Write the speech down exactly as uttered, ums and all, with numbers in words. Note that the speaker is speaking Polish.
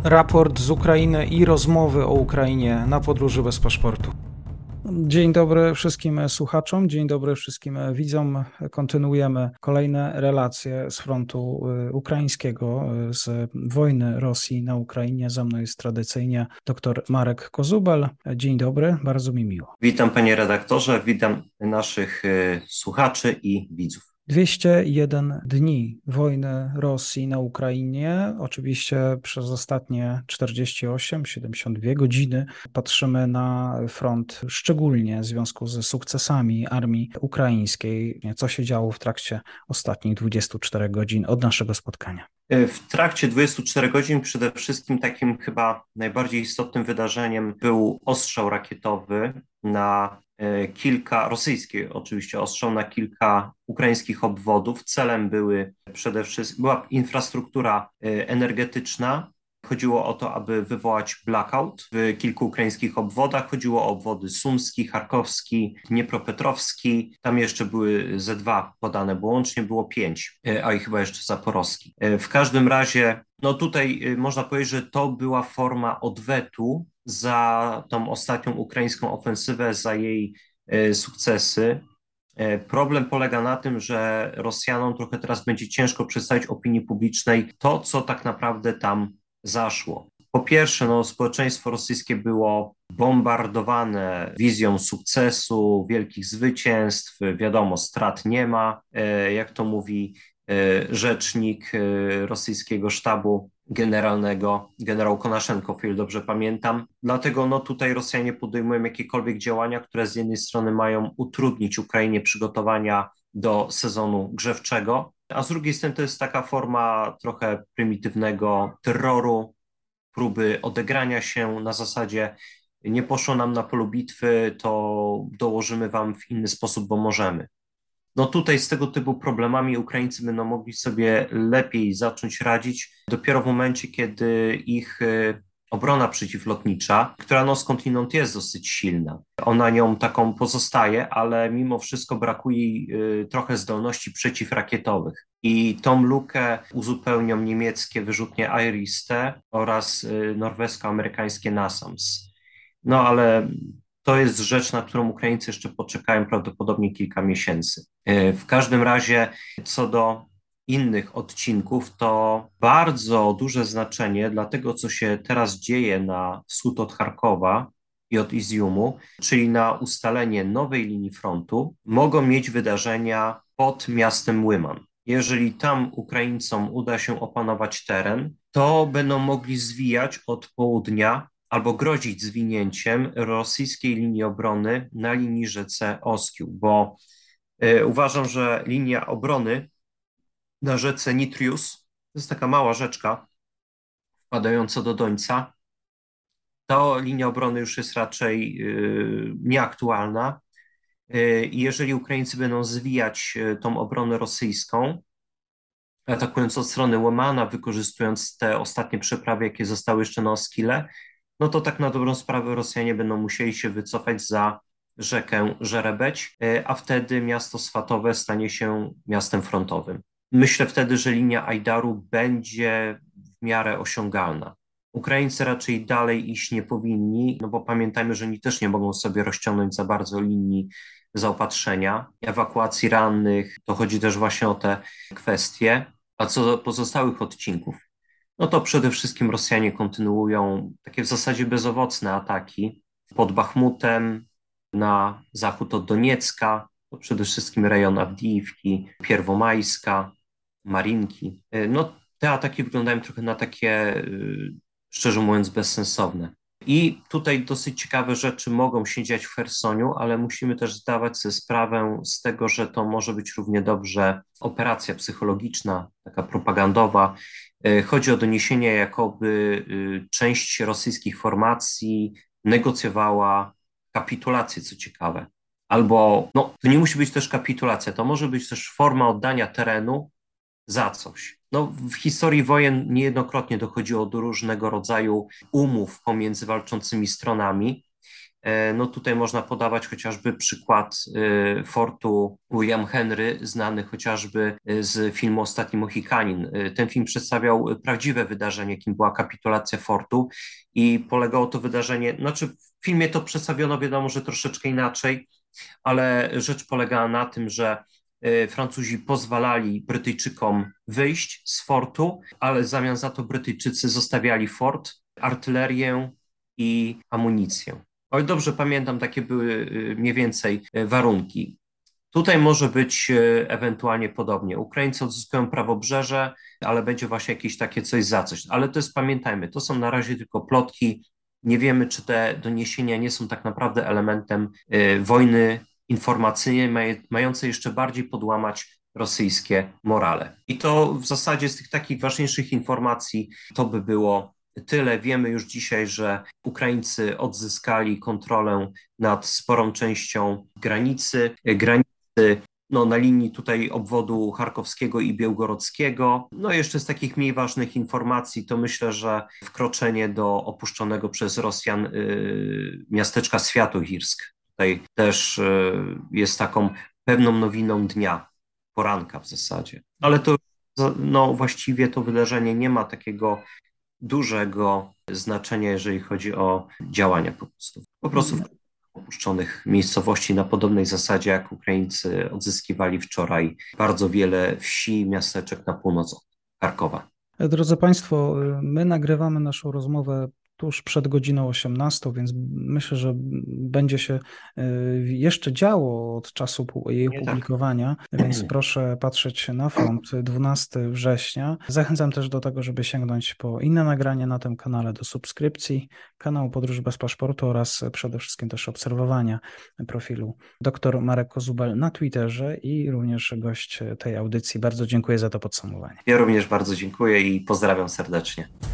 Raport z Ukrainy i rozmowy o Ukrainie na podróży bez paszportu. Dzień dobry wszystkim słuchaczom, dzień dobry wszystkim widzom. Kontynuujemy kolejne relacje z frontu ukraińskiego, z wojny Rosji na Ukrainie. Ze mną jest tradycyjnie dr Marek Kozubel. Dzień dobry, bardzo mi miło. Witam panie redaktorze, witam naszych słuchaczy i widzów. dwieście jeden dni wojny Rosji na Ukrainie. Oczywiście przez ostatnie czterdzieści osiem, siedemdziesiąt dwie godziny patrzymy na front, szczególnie w związku ze sukcesami armii ukraińskiej. Co się działo w trakcie ostatnich dwudziestu czterech godzin od naszego spotkania? W trakcie dwudziestu czterech godzin przede wszystkim takim chyba najbardziej istotnym wydarzeniem był ostrzał rakietowy na kilka, rosyjski oczywiście ostrzał na kilka ukraińskich obwodów. Celem były przede wszystkim, była infrastruktura energetyczna. Chodziło o to, aby wywołać blackout w kilku ukraińskich obwodach. Chodziło o obwody sumski, charkowski, dniepropetrowski. Tam jeszcze były ze dwa podane, bo łącznie było pięć, a i chyba jeszcze zaporowski. W każdym razie, no tutaj można powiedzieć, że to była forma odwetu za tą ostatnią ukraińską ofensywę, za jej sukcesy. Problem polega na tym, że Rosjanom trochę teraz będzie ciężko przedstawić opinii publicznej to, co tak naprawdę tam zaszło. Po pierwsze, no, społeczeństwo rosyjskie było bombardowane wizją sukcesu, wielkich zwycięstw, wiadomo, strat nie ma, jak to mówi rzecznik rosyjskiego sztabu generalnego, generał Konaszenkow, o ile dobrze pamiętam. Dlatego no, tutaj Rosjanie podejmują jakiekolwiek działania, które z jednej strony mają utrudnić Ukrainie przygotowania do sezonu grzewczego, a z drugiej strony to jest taka forma trochę prymitywnego terroru, próby odegrania się na zasadzie nie poszło nam na polu bitwy, to dołożymy wam w inny sposób, bo możemy. No tutaj z tego typu problemami Ukraińcy będą mogli sobie lepiej zacząć radzić dopiero w momencie, kiedy ich obrona przeciwlotnicza, która no skądinąd jest dosyć silna. Ona nią taką pozostaje, ale mimo wszystko brakuje jej trochę zdolności przeciwrakietowych. I tą lukę uzupełnią niemieckie wyrzutnie Iris-T oraz norwesko-amerykańskie NASAMS. No ale to jest rzecz, na którą Ukraińcy jeszcze poczekają prawdopodobnie kilka miesięcy. W każdym razie co do innych odcinków, to bardzo duże znaczenie dla tego, co się teraz dzieje na wschód od Charkowa i od Iziumu, czyli na ustalenie nowej linii frontu, mogą mieć wydarzenia pod miastem Lyman. Jeżeli tam Ukraińcom uda się opanować teren, to będą mogli zwijać od południa albo grozić zwinięciem rosyjskiej linii obrony na linii rzece Oskił, bo y, uważam, że linia obrony na rzece Nitrius, to jest taka mała rzeczka wpadająca do Dońca, to linia obrony już jest raczej y, nieaktualna y, i jeżeli Ukraińcy będą zwijać y, tą obronę rosyjską, atakując od strony Łomana, wykorzystując te ostatnie przeprawy, jakie zostały jeszcze na Oskile, no to tak na dobrą sprawę Rosjanie będą musieli się wycofać za rzekę Żerebeć, a wtedy miasto Swatowe stanie się miastem frontowym. Myślę wtedy, że linia Ajdaru będzie w miarę osiągalna. Ukraińcy raczej dalej iść nie powinni, no bo pamiętajmy, że oni też nie mogą sobie rozciągnąć za bardzo linii zaopatrzenia, ewakuacji rannych, to chodzi też właśnie o te kwestie. A co do pozostałych odcinków, no to przede wszystkim Rosjanie kontynuują takie w zasadzie bezowocne ataki pod Bachmutem, na zachód od Doniecka, to przede wszystkim rejon Awdijiwki, Pierwomajska, Marinki. No te ataki wyglądają trochę na takie, szczerze mówiąc, bezsensowne. I tutaj dosyć ciekawe rzeczy mogą się dziać w Chersoniu, ale musimy też zdawać sobie sprawę z tego, że to może być równie dobrze operacja psychologiczna, taka propagandowa. Chodzi o doniesienia, jakoby część rosyjskich formacji negocjowała kapitulację, co ciekawe. Albo, no, to nie musi być też kapitulacja, to może być też forma oddania terenu za coś. No, w historii wojen niejednokrotnie dochodziło do różnego rodzaju umów pomiędzy walczącymi stronami. No tutaj można podawać chociażby przykład fortu William Henry, znany chociażby z filmu Ostatni Mohikanin. Ten film przedstawiał prawdziwe wydarzenie, jakim była kapitulacja fortu i polegało to wydarzenie, znaczy w filmie to przedstawiono wiadomo, że troszeczkę inaczej, ale rzecz polegała na tym, że Francuzi pozwalali Brytyjczykom wyjść z fortu, ale w zamian za to Brytyjczycy zostawiali fort, artylerię i amunicję. Oj, dobrze pamiętam, takie były mniej więcej warunki. Tutaj może być ewentualnie podobnie. Ukraińcy odzyskują prawobrzeże, ale będzie właśnie jakieś takie coś za coś. Ale to jest, pamiętajmy, to są na razie tylko plotki. Nie wiemy, czy te doniesienia nie są tak naprawdę elementem wojny informacyjnej, mającej jeszcze bardziej podłamać rosyjskie morale. I to w zasadzie z tych takich ważniejszych informacji to by było tyle. Wiemy już dzisiaj, że Ukraińcy odzyskali kontrolę nad sporą częścią granicy, granicy no, na linii tutaj obwodu charkowskiego i białgorodzkiego. No jeszcze z takich mniej ważnych informacji to myślę, że wkroczenie do opuszczonego przez Rosjan y, miasteczka Świętochirsk tutaj też y, jest taką pewną nowiną dnia, poranka w zasadzie. Ale to no, właściwie to wydarzenie nie ma takiego dużego znaczenia, jeżeli chodzi o działania po prostu. Po prostu w opuszczonych miejscowości na podobnej zasadzie, jak Ukraińcy odzyskiwali wczoraj bardzo wiele wsi, miasteczek na północ od Charkowa. Drodzy Państwo, my nagrywamy naszą rozmowę tuż przed godziną osiemnastą, więc myślę, że będzie się jeszcze działo od czasu jej opublikowania, tak. Więc proszę patrzeć na front dwunastego września. Zachęcam też do tego, żeby sięgnąć po inne nagrania na tym kanale, do subskrypcji kanału Podróż bez paszportu oraz przede wszystkim też obserwowania profilu dr Marek Kozubel na Twitterze i również gość tej audycji. Bardzo dziękuję za to podsumowanie. Ja również bardzo dziękuję i pozdrawiam serdecznie.